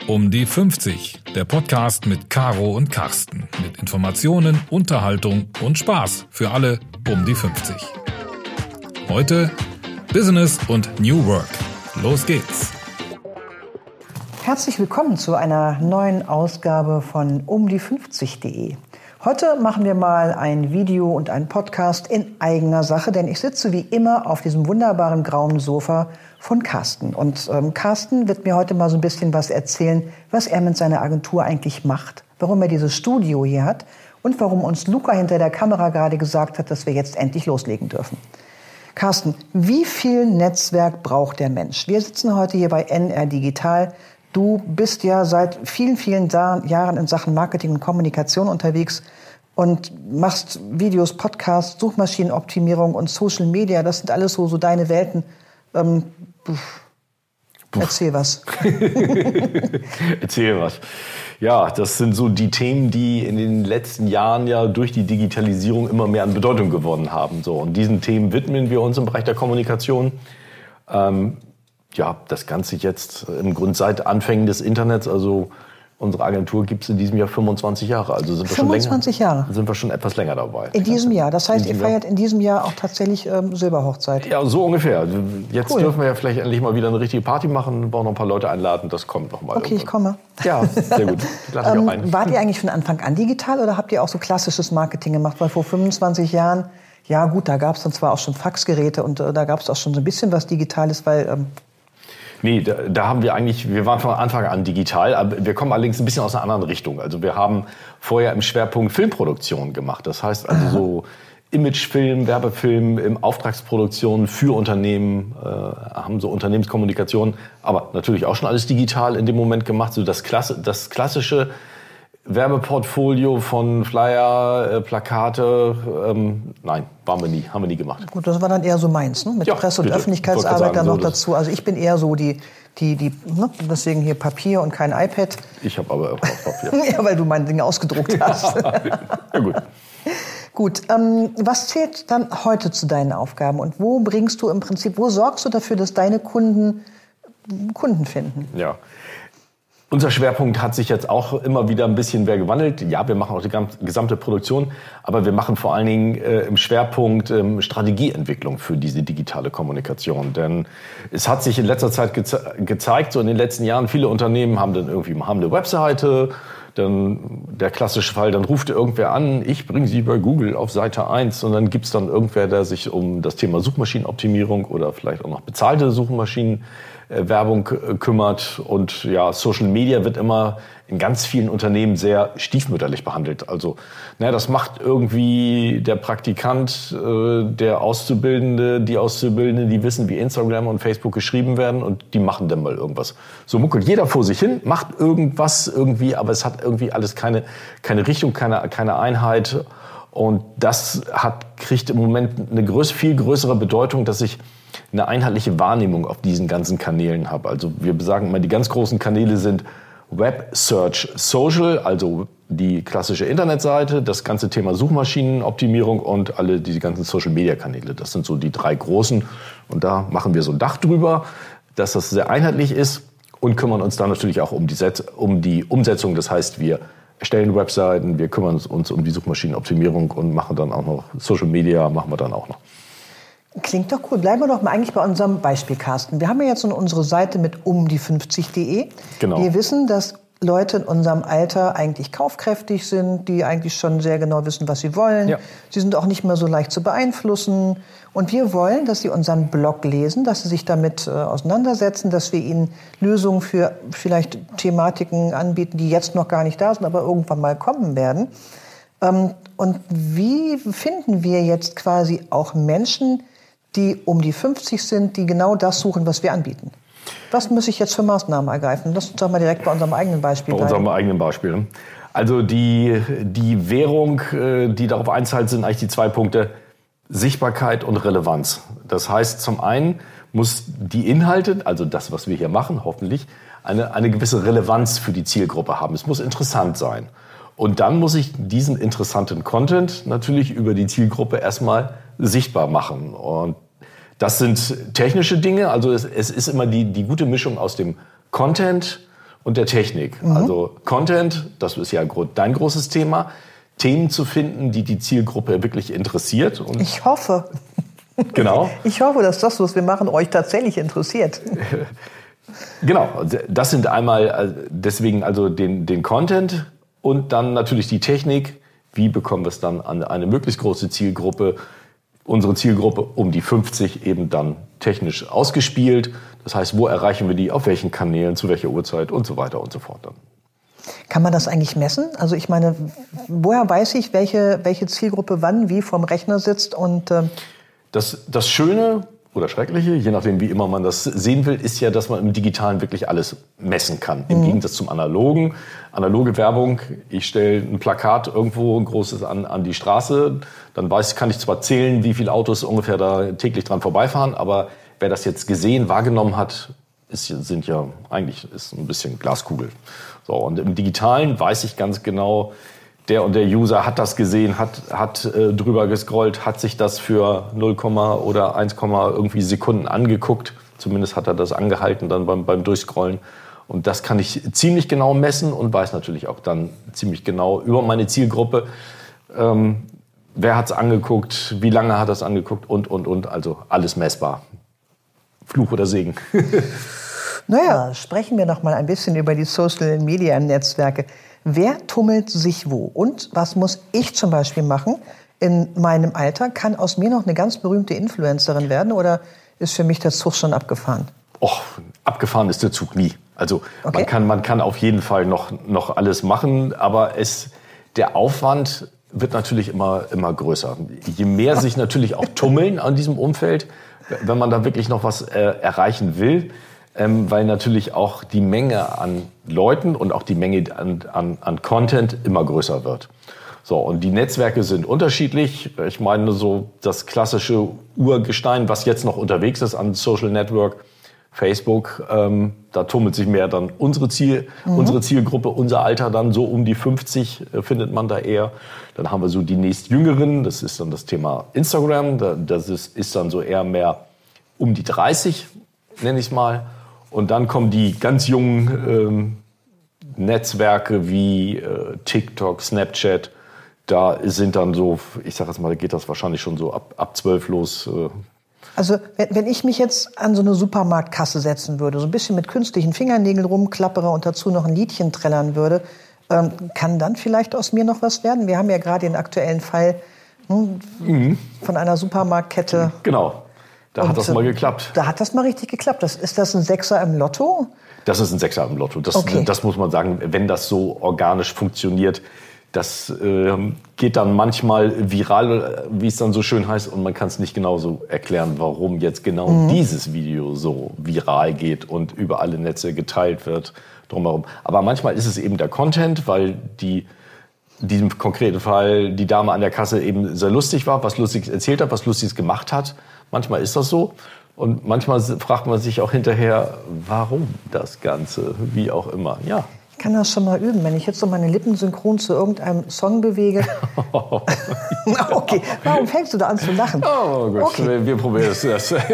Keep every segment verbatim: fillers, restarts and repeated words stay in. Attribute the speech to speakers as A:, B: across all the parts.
A: Um die fünfzig, der Podcast mit Caro und Carsten. Mit Informationen, Unterhaltung und Spaß für alle um die fünfzig. Heute Business und New Work. Los geht's!
B: Herzlich willkommen zu einer neuen Ausgabe von um die fünfzig punkt de. Heute machen wir mal ein Video und einen Podcast in eigener Sache, denn ich sitze wie immer auf diesem wunderbaren grauen Sofa von Carsten. Und ähm, Carsten wird mir heute mal so ein bisschen was erzählen, was er mit seiner Agentur eigentlich macht, warum er dieses Studio hier hat und warum uns Luca hinter der Kamera gerade gesagt hat, dass wir jetzt endlich loslegen dürfen. Carsten, wie viel Netzwerk braucht der Mensch? Wir sitzen heute hier bei N R Digital. Du bist ja seit vielen, vielen Jahren in Sachen Marketing und Kommunikation unterwegs und machst Videos, Podcasts, Suchmaschinenoptimierung und Social Media. Das sind alles so, so deine Welten. Ähm, erzähl was.
C: Erzähl was. Ja, das sind so die Themen, die in den letzten Jahren ja durch die Digitalisierung immer mehr an Bedeutung gewonnen haben. So, und diesen Themen widmen wir uns im Bereich der Kommunikation. Ähm, ja, das Ganze jetzt im Grunde seit Anfängen des Internets, also unsere Agentur gibt es in diesem Jahr fünfundzwanzig Jahre. Also sind wir
B: fünfundzwanzig
C: schon länger,
B: Jahre?
C: Sind wir schon etwas länger dabei.
B: In diesem Jahr? Das heißt, ihr feiert
C: Jahr.
B: in diesem Jahr auch tatsächlich ähm, Silberhochzeit?
C: Ja, so ungefähr. Jetzt
B: cool.
C: Dürfen wir ja vielleicht endlich mal wieder eine richtige Party machen. Wir brauchen noch ein paar Leute einladen. Das kommt noch mal.
B: Okay, irgendwann. Ich komme.
C: Ja, sehr gut. Lass mich
B: ähm,
C: auch ein.
B: Wart ihr eigentlich von Anfang an digital oder habt ihr auch so klassisches Marketing gemacht? Weil vor fünfundzwanzig Jahren, ja gut, da gab es dann zwar auch schon Faxgeräte und äh, da gab es auch schon so ein bisschen was Digitales, weil... Ähm,
C: Nee, da, da haben wir eigentlich, wir waren von Anfang an digital, aber wir kommen allerdings ein bisschen aus einer anderen Richtung. Also wir haben vorher im Schwerpunkt Filmproduktion gemacht. Das heißt also so Imagefilm, Werbefilm, im Auftragsproduktion für Unternehmen, äh, haben so Unternehmenskommunikation, aber natürlich auch schon alles digital in dem Moment gemacht. So das, Klasse, das klassische Werbeportfolio von Flyer, äh, Plakate, ähm, nein, waren wir nie, haben wir nie gemacht.
B: Gut, das war dann eher so meins, ne? Mit ja, Presse- und bitte. Öffentlichkeitsarbeit dann noch so dazu. Also ich bin eher so die, die, die, ne? Deswegen hier Papier und kein iPad.
C: Ich habe aber auch Papier.
B: Ja, weil du meine Dinge ausgedruckt hast.
C: Ja, gut.
B: Gut, ähm, was zählt dann heute zu deinen Aufgaben und wo bringst du im Prinzip, wo sorgst du dafür, dass deine Kunden Kunden finden?
C: Ja. Unser Schwerpunkt hat sich jetzt auch immer wieder ein bisschen mehr gewandelt. Ja, wir machen auch die gesamte Produktion, aber wir machen vor allen Dingen äh, im Schwerpunkt ähm, Strategieentwicklung für diese digitale Kommunikation. Denn es hat sich in letzter Zeit geze- gezeigt, so in den letzten Jahren, viele Unternehmen haben dann irgendwie haben eine Webseite, dann der klassische Fall, dann ruft irgendwer an, ich bringe Sie bei Google auf Seite eins und dann gibt's dann irgendwer, der sich um das Thema Suchmaschinenoptimierung oder vielleicht auch noch bezahlte Suchmaschinen Werbung kümmert und ja, Social Media wird immer in ganz vielen Unternehmen sehr stiefmütterlich behandelt. Also, naja, das macht irgendwie der Praktikant, äh, der Auszubildende, die Auszubildende, die wissen, wie Instagram und Facebook geschrieben werden und die machen dann mal irgendwas. So muckelt jeder vor sich hin, macht irgendwas irgendwie, aber es hat irgendwie alles keine, keine Richtung, keine, keine Einheit. Und das hat, kriegt im Moment eine größ, viel größere Bedeutung, dass ich eine einheitliche Wahrnehmung auf diesen ganzen Kanälen habe. Also wir sagen immer, die ganz großen Kanäle sind Web, Search, Social, also die klassische Internetseite, das ganze Thema Suchmaschinenoptimierung und alle diese ganzen Social-Media-Kanäle. Das sind so die drei großen. Und da machen wir so ein Dach drüber, dass das sehr einheitlich ist und kümmern uns dann natürlich auch um die, Set- um die Umsetzung. Das heißt, wir erstellen Webseiten, wir kümmern uns um die Suchmaschinenoptimierung und machen dann auch noch Social Media, machen wir dann auch noch.
B: Klingt doch cool. Bleiben wir doch mal eigentlich bei unserem Beispiel, Carsten. Wir haben ja jetzt unsere Seite mit um die fünfzig punkt de.
C: Genau.
B: Wir wissen, dass Leute in unserem Alter eigentlich kaufkräftig sind, die eigentlich schon sehr genau wissen, was sie wollen. Ja. Sie sind auch nicht mehr so leicht zu beeinflussen. Und wir wollen, dass sie unseren Blog lesen, dass sie sich damit äh, auseinandersetzen, dass wir ihnen Lösungen für vielleicht Thematiken anbieten, die jetzt noch gar nicht da sind, aber irgendwann mal kommen werden. Ähm, und wie finden wir jetzt quasi auch Menschen, die um die fünfzig sind, die genau das suchen, was wir anbieten? Was muss ich jetzt für Maßnahmen ergreifen? Lass uns doch mal direkt bei unserem eigenen Beispiel bleiben.
C: Bei unserem eigenen Beispiel. Also die, die Währung, die darauf einzahlt, sind eigentlich die zwei Punkte Sichtbarkeit und Relevanz. Das heißt, zum einen muss die Inhalte, also das, was wir hier machen, hoffentlich, eine, eine gewisse Relevanz für die Zielgruppe haben. Es muss interessant sein. Und dann muss ich diesen interessanten Content natürlich über die Zielgruppe erstmal sichtbar machen. Und das sind technische Dinge, also es, es ist immer die, die gute Mischung aus dem Content und der Technik. Mhm. Also Content, das ist ja dein großes Thema. Themen zu finden, die die Zielgruppe wirklich interessiert. Und
B: ich hoffe.
C: Genau.
B: Ich hoffe, dass das, was wir machen, euch tatsächlich interessiert.
C: Genau, das sind einmal deswegen also den, den Content und dann natürlich die Technik. Wie bekommen wir es dann an eine möglichst große Zielgruppe? Unsere Zielgruppe um die fünfzig eben dann technisch ausgespielt. Das heißt, wo erreichen wir die, auf welchen Kanälen, zu welcher Uhrzeit und so weiter und so fort dann.
B: Kann man das eigentlich messen? Also ich meine, woher weiß ich, welche, welche Zielgruppe wann, wie vorm Rechner sitzt? Und äh
C: das, das Schöne oder Schreckliche, je nachdem wie immer man das sehen will, ist ja, dass man im Digitalen wirklich alles messen kann. Im mhm. Gegensatz zum Analogen. Analoge Werbung, ich stelle ein Plakat irgendwo, ein großes an, an die Straße, dann weiß, kann ich zwar zählen, wie viele Autos ungefähr da täglich dran vorbeifahren, aber wer das jetzt gesehen, wahrgenommen hat, ist, sind ja eigentlich ist ein bisschen Glaskugel. So, und im Digitalen weiß ich ganz genau, der und der User hat das gesehen, hat, hat äh, drüber gescrollt, hat sich das für null, oder eins, irgendwie Sekunden angeguckt. Zumindest hat er das angehalten dann beim, beim Durchscrollen. Und das kann ich ziemlich genau messen und weiß natürlich auch dann ziemlich genau über meine Zielgruppe, ähm, wer hat es angeguckt, wie lange hat er es angeguckt und, und, und. Also alles messbar. Fluch oder Segen.
B: Naja, sprechen wir noch mal ein bisschen über die Social-Media-Netzwerke. Wer tummelt sich wo? Und was muss ich zum Beispiel machen in meinem Alter? Kann aus mir noch eine ganz berühmte Influencerin werden oder ist für mich der Zug schon abgefahren?
C: Och, abgefahren ist der Zug nie. Also
B: okay.
C: man kann, man kann auf jeden Fall noch, noch alles machen, aber es, der Aufwand wird natürlich immer, immer größer. Je mehr sich natürlich auch tummeln an diesem Umfeld, wenn man da wirklich noch was äh, erreichen will, Ähm, weil natürlich auch die Menge an Leuten und auch die Menge an, an, an Content immer größer wird. So, und die Netzwerke sind unterschiedlich. Ich meine, so das klassische Urgestein, was jetzt noch unterwegs ist an Social Network, Facebook, ähm, da tummelt sich mehr dann unsere Ziel, mhm. unsere Zielgruppe, unser Alter dann so um die fünfzig äh, findet man da eher. Dann haben wir so die nächstjüngeren, das ist dann das Thema Instagram, da, das ist, ist dann so eher mehr um die dreißig, nenne ich es mal. Und dann kommen die ganz jungen ähm, Netzwerke wie äh, TikTok, Snapchat. Da sind dann so, ich sage jetzt mal, da geht das wahrscheinlich schon so ab, ab zwölf los. Äh.
B: Also wenn, wenn ich mich jetzt an so eine Supermarktkasse setzen würde, so ein bisschen mit künstlichen Fingernägeln rumklappere und dazu noch ein Liedchen trällern würde, ähm, kann dann vielleicht aus mir noch was werden? Wir haben ja gerade den aktuellen Fall hm, mhm. von einer Supermarktkette.
C: Genau. Da und hat das mal geklappt.
B: Da hat das mal richtig geklappt. Das, ist das ein Sechser im Lotto?
C: Das ist ein Sechser im Lotto. Das,
B: okay.
C: das muss man sagen, wenn das so organisch funktioniert. Das äh, geht dann manchmal viral, wie es dann so schön heißt. Und man kann es nicht genau so erklären, warum jetzt genau mhm. dieses Video so viral geht und über alle Netze geteilt wird drumherum. Aber manchmal ist es eben der Content, weil die in diesem konkreten Fall die Dame an der Kasse eben sehr lustig war, was Lustiges erzählt hat, was Lustiges gemacht hat. Manchmal ist das so. Und manchmal fragt man sich auch hinterher, warum das Ganze, wie auch immer. Ja.
B: Ich kann das schon mal üben, wenn ich jetzt so meine Lippen synchron zu irgendeinem Song bewege. Okay, warum fängst du da an zu lachen?
C: Oh gut, okay. wir, wir probieren es.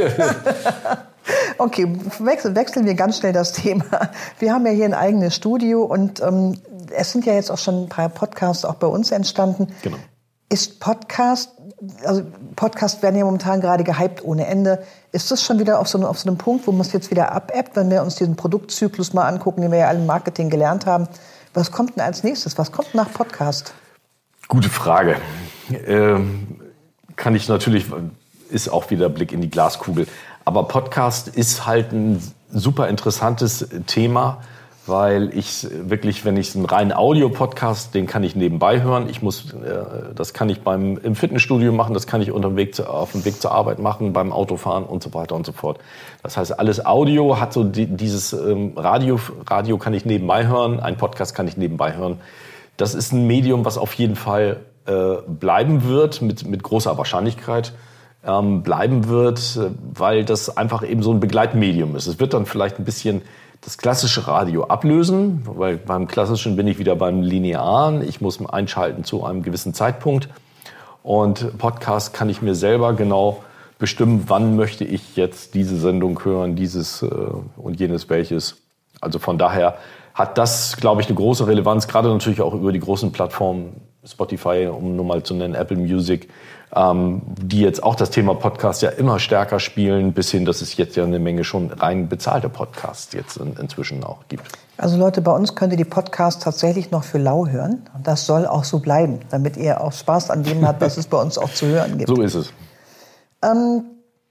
B: Okay, wechseln, wechseln wir ganz schnell das Thema. Wir haben ja hier ein eigenes Studio und ähm, es sind ja jetzt auch schon ein paar Podcasts auch bei uns entstanden.
C: Genau.
B: Ist Podcast, also Podcasts werden ja momentan gerade gehypt ohne Ende. Ist das schon wieder auf so, einem, auf so einem Punkt, wo man es jetzt wieder abebbt, wenn wir uns diesen Produktzyklus mal angucken, den wir ja alle im Marketing gelernt haben? Was kommt denn als nächstes? Was kommt nach Podcast?
C: Gute Frage. Ähm, kann ich natürlich, ist auch wieder Blick in die Glaskugel. Aber Podcast ist halt ein super interessantes Thema, weil ich wirklich, wenn ich einen reinen Audio-Podcast, den kann ich nebenbei hören. Ich muss, das kann ich beim im Fitnessstudio machen, das kann ich unterwegs zu, auf dem Weg zur Arbeit machen, beim Autofahren und so weiter und so fort. Das heißt, alles Audio hat so die, dieses ähm, Radio, Radio kann ich nebenbei hören, ein Podcast kann ich nebenbei hören. Das ist ein Medium, was auf jeden Fall äh, bleiben wird, mit, mit großer Wahrscheinlichkeit. Ähm, bleiben wird, weil das einfach eben so ein Begleitmedium ist. Es wird dann vielleicht ein bisschen das klassische Radio ablösen, weil beim klassischen bin ich wieder beim Linearen. Ich muss einschalten zu einem gewissen Zeitpunkt. Und Podcast kann ich mir selber genau bestimmen, wann möchte ich jetzt diese Sendung hören, dieses äh, und jenes welches. Also von daher hat das, glaube ich, eine große Relevanz, gerade natürlich auch über die großen Plattformen, Spotify, um nur mal zu nennen, Apple Music, ähm, die jetzt auch das Thema Podcast ja immer stärker spielen, bis hin, dass es jetzt ja eine Menge schon rein bezahlte Podcasts jetzt in, inzwischen auch gibt.
B: Also Leute, bei uns könnt ihr die Podcasts tatsächlich noch für lau hören. Und das soll auch so bleiben, damit ihr auch Spaß an dem habt, was es bei uns auch zu hören gibt.
C: So ist es.
B: Ähm,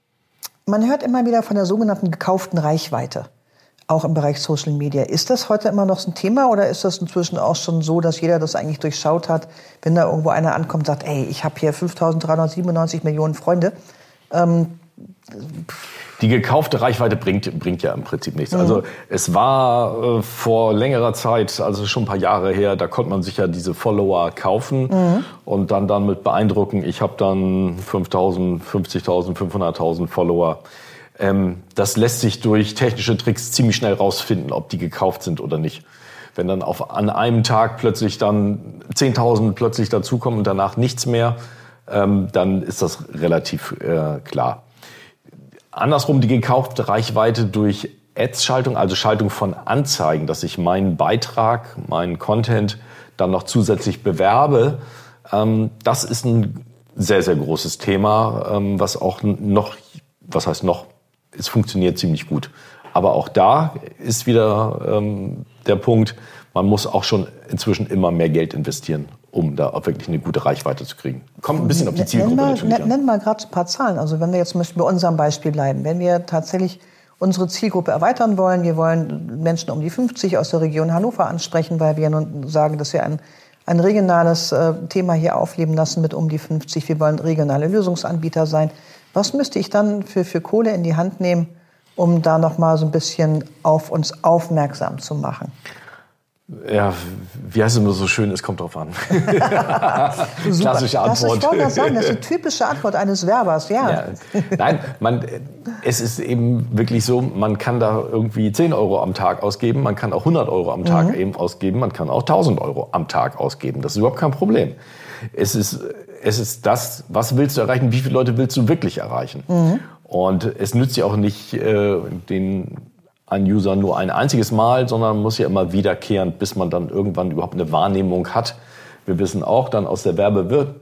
B: man hört immer wieder von der sogenannten gekauften Reichweite, auch im Bereich Social Media. Ist das heute immer noch so ein Thema oder ist das inzwischen auch schon so, dass jeder das eigentlich durchschaut hat, wenn da irgendwo einer ankommt und sagt, ey, ich habe hier fünftausenddreihundertsiebenundneunzig Millionen Freunde? Ähm,
C: Die gekaufte Reichweite bringt, bringt ja im Prinzip nichts. Mhm. Also es war äh, vor längerer Zeit, also schon ein paar Jahre her, da konnte man sich ja diese Follower kaufen mhm. und dann damit beeindrucken, ich habe dann fünftausend, fünfzigtausend, fünfhunderttausend Follower. Ähm, das lässt sich durch technische Tricks ziemlich schnell rausfinden, ob die gekauft sind oder nicht. Wenn dann auf, an einem Tag plötzlich dann zehntausend plötzlich dazukommen und danach nichts mehr, ähm, dann ist das relativ äh, klar. Andersrum die gekaufte Reichweite durch Ads-Schaltung, also Schaltung von Anzeigen, dass ich meinen Beitrag, meinen Content dann noch zusätzlich bewerbe, ähm, das ist ein sehr, sehr großes Thema, ähm, was auch noch, was heißt noch, es funktioniert ziemlich gut. Aber auch da ist wieder ähm, der Punkt, man muss auch schon inzwischen immer mehr Geld investieren, um da auch wirklich eine gute Reichweite zu kriegen. Kommt ein bisschen auf die Zielgruppe
B: nenn mal,
C: natürlich an.
B: Nenn mal gerade ein paar Zahlen. Also wenn wir jetzt zum Beispiel bei unserem Beispiel bleiben, wenn wir tatsächlich unsere Zielgruppe erweitern wollen, wir wollen Menschen um die fünfzig aus der Region Hannover ansprechen, weil wir nun sagen, dass wir ein, ein regionales äh, Thema hier aufleben lassen mit um die fünfzig. Wir wollen regionale Lösungsanbieter sein. Was müsste ich dann für, für Kohle in die Hand nehmen, um da noch mal so ein bisschen auf uns aufmerksam zu machen?
C: Ja, wie heißt es immer so schön, es kommt drauf an. Klassische Antwort.
B: Das, ich wollte das sagen, das ist die typische Antwort eines Werbers, ja. ja.
C: Nein, man, es ist eben wirklich so, man kann da irgendwie zehn Euro am Tag ausgeben, man kann auch hundert Euro am Tag mhm. eben ausgeben, man kann auch tausend Euro am Tag ausgeben. Das ist überhaupt kein Problem. Es ist, es ist das, was willst du erreichen, wie viele Leute willst du wirklich erreichen? Mhm. Und es nützt ja auch nicht äh, den... ein User nur ein einziges Mal, sondern muss ja immer wiederkehrend, bis man dann irgendwann überhaupt eine Wahrnehmung hat. Wir wissen auch dann aus der Werbewir-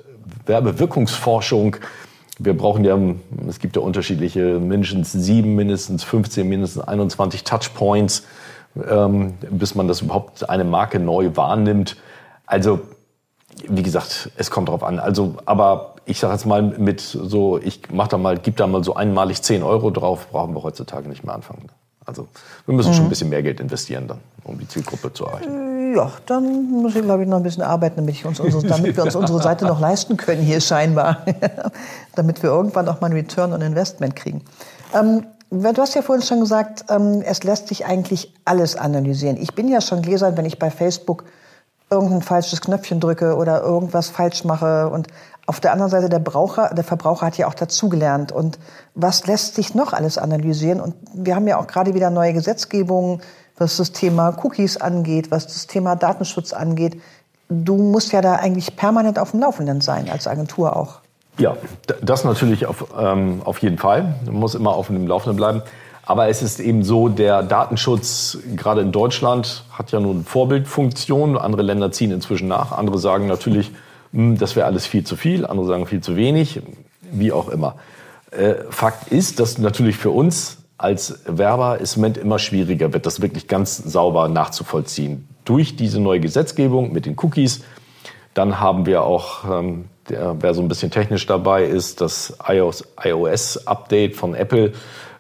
C: Werbewirkungsforschung, wir brauchen ja, es gibt ja unterschiedliche, mindestens sieben, mindestens fünfzehn, mindestens einundzwanzig Touchpoints, ähm, bis man das überhaupt eine Marke neu wahrnimmt. Also, wie gesagt, es kommt drauf an. Also, aber ich sage jetzt mal mit so, ich mach da mal, gib da mal so einmalig zehn Euro drauf, brauchen wir heutzutage nicht mehr anfangen. Also wir müssen mhm. schon ein bisschen mehr Geld investieren, dann, um die Zielgruppe zu erreichen.
B: Ja, dann muss ich, glaube ich, noch ein bisschen arbeiten, damit, ich uns unsere, damit wir uns unsere Seite noch leisten können hier scheinbar. Damit wir irgendwann auch mal ein Return on Investment kriegen. Ähm, du hast ja vorhin schon gesagt, ähm, es lässt sich eigentlich alles analysieren. Ich bin ja schon gläsern, wenn ich bei Facebook irgendein falsches Knöpfchen drücke oder irgendwas falsch mache. Und auf der anderen Seite, der Braucher, der Verbraucher hat ja auch dazugelernt. Und was lässt sich noch alles analysieren? Und wir haben ja auch gerade wieder neue Gesetzgebungen, was das Thema Cookies angeht, was das Thema Datenschutz angeht. Du musst ja da eigentlich permanent auf dem Laufenden sein, als Agentur auch.
C: Ja, das natürlich auf, ähm, auf jeden Fall. Man muss immer auf dem Laufenden bleiben. Aber es ist eben so, der Datenschutz, gerade in Deutschland, hat ja nun Vorbildfunktion. Andere Länder ziehen inzwischen nach. Andere sagen natürlich, das wäre alles viel zu viel. Andere sagen viel zu wenig. Wie auch immer. Äh, Fakt ist, dass natürlich für uns als Werber es im Moment immer schwieriger wird, das wirklich ganz sauber nachzuvollziehen. Durch diese neue Gesetzgebung mit den Cookies. Dann haben wir auch, ähm, der, wer so ein bisschen technisch dabei ist, das iOS-Update von Apple.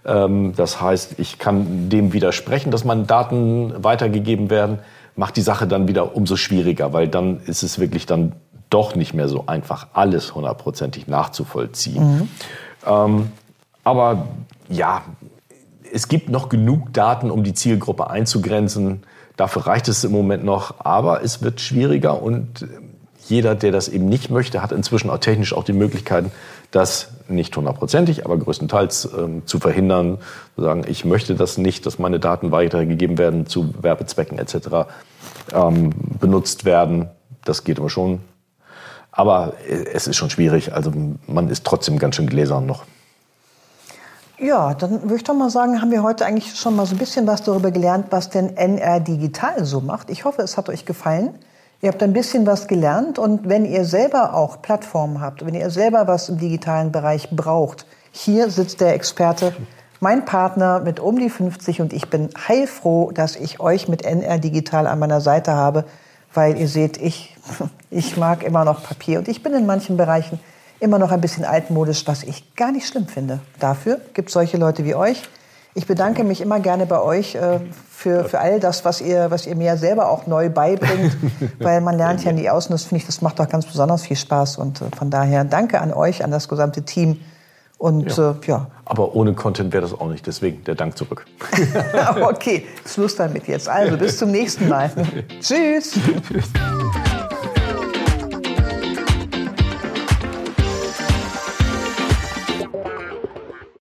C: Das heißt, ich kann dem widersprechen, dass meine Daten weitergegeben werden, macht die Sache dann wieder umso schwieriger, weil dann ist es wirklich dann doch nicht mehr so einfach, alles hundertprozentig nachzuvollziehen. Mhm. Ähm, aber ja, es gibt noch genug Daten, um die Zielgruppe einzugrenzen. Dafür reicht es im Moment noch, aber es wird schwieriger und jeder, der das eben nicht möchte, hat inzwischen auch technisch auch die Möglichkeiten, das nicht hundertprozentig, aber größtenteils ähm, zu verhindern, zu sagen, ich möchte das nicht, dass meine Daten weitergegeben werden, zu Werbezwecken et cetera ähm, benutzt werden. Das geht aber schon. Aber es ist schon schwierig, also man ist trotzdem ganz schön gläsern noch.
B: Ja, dann würde ich doch mal sagen, haben wir heute eigentlich schon mal so ein bisschen was darüber gelernt, was denn N R Digital so macht. Ich hoffe, es hat euch gefallen. Ihr habt ein bisschen was gelernt und wenn ihr selber auch Plattformen habt, wenn ihr selber was im digitalen Bereich braucht, hier sitzt der Experte, mein Partner mit um die fünfzig und ich bin heilfroh, dass ich euch mit N R Digital an meiner Seite habe, weil ihr seht, ich, ich mag immer noch Papier und ich bin in manchen Bereichen immer noch ein bisschen altmodisch, was ich gar nicht schlimm finde. Dafür gibt es solche Leute wie euch. Ich bedanke mich immer gerne bei euch äh, für, für all das, was ihr, was ihr mir selber auch neu beibringt, weil man lernt ja nie aus und das finde ich, das macht doch ganz besonders viel Spaß und äh, von daher danke an euch, an das gesamte Team und ja. Äh, ja.
C: Aber ohne Content wäre das auch nicht, deswegen der Dank zurück.
B: Okay, Schluss damit jetzt. Also bis zum nächsten Mal. Tschüss. Tschüss.